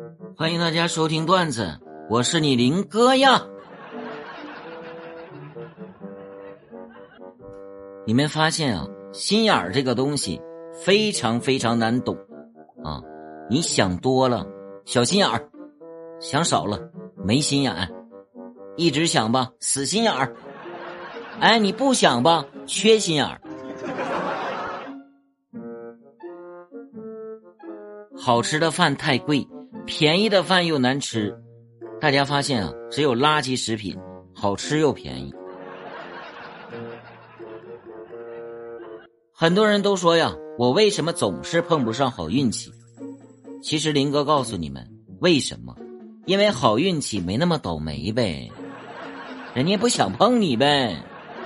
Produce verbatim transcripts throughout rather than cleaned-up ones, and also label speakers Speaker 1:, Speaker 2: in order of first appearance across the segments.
Speaker 1: 欢迎大家收听段子，我是你林哥呀。你们发现啊，心眼儿这个东西非常非常难懂啊！你想多了小心眼儿，想少了没心眼，一直想吧死心眼儿，哎，你不想吧缺心眼儿。好吃的饭太贵，便宜的饭又难吃。大家发现啊，只有垃圾食品好吃又便宜。很多人都说呀，我为什么总是碰不上好运气？其实林哥告诉你们为什么，因为好运气没那么倒霉呗，人家不想碰你呗。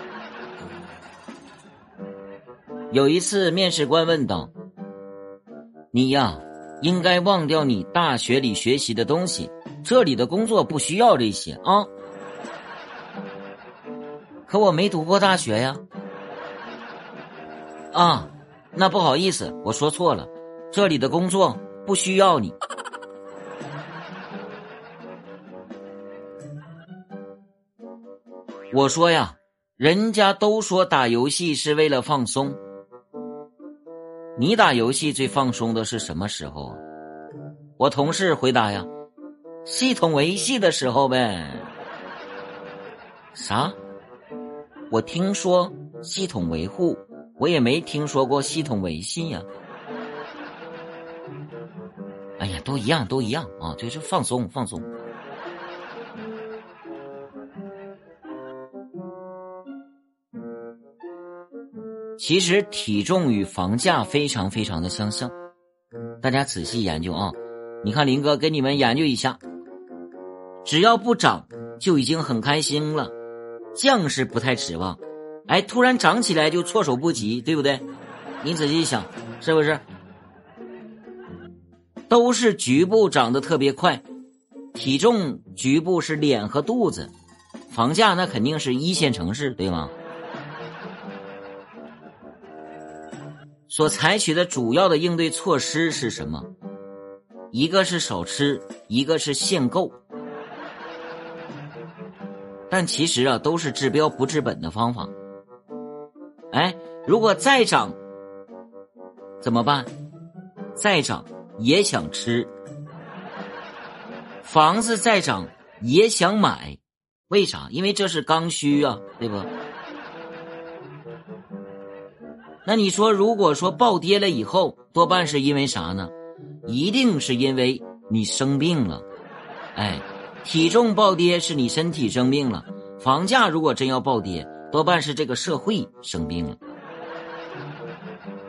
Speaker 1: 有一次面试官问道，你呀应该忘掉你大学里学习的东西，这里的工作不需要这些啊。可我没读过大学呀。啊，那不好意思，我说错了，这里的工作不需要你。我说呀，人家都说打游戏是为了放松，你打游戏最放松的是什么时候啊？我同事回答呀，系统维系的时候呗。啥？我听说系统维护，我也没听说过系统维系呀。哎呀，都一样都一样啊，就是放松放松。其实体重与房价非常非常的相像，大家仔细研究啊。你看林哥给你们研究一下，只要不涨就已经很开心了，降是不太指望，哎，突然涨起来就措手不及，对不对？你仔细想，是不是？都是局部涨得特别快，体重局部是脸和肚子，房价那肯定是一线城市，对吗？所采取的主要的应对措施是什么？一个是少吃，一个是限购。但其实啊，都是治标不治本的方法。哎，如果再涨怎么办？再涨也想吃，房子再涨也想买，为啥？因为这是刚需啊，对吧？那你说如果说暴跌了以后，多半是因为啥呢？一定是因为你生病了。哎，体重暴跌是你身体生病了，房价如果真要暴跌，多半是这个社会生病了。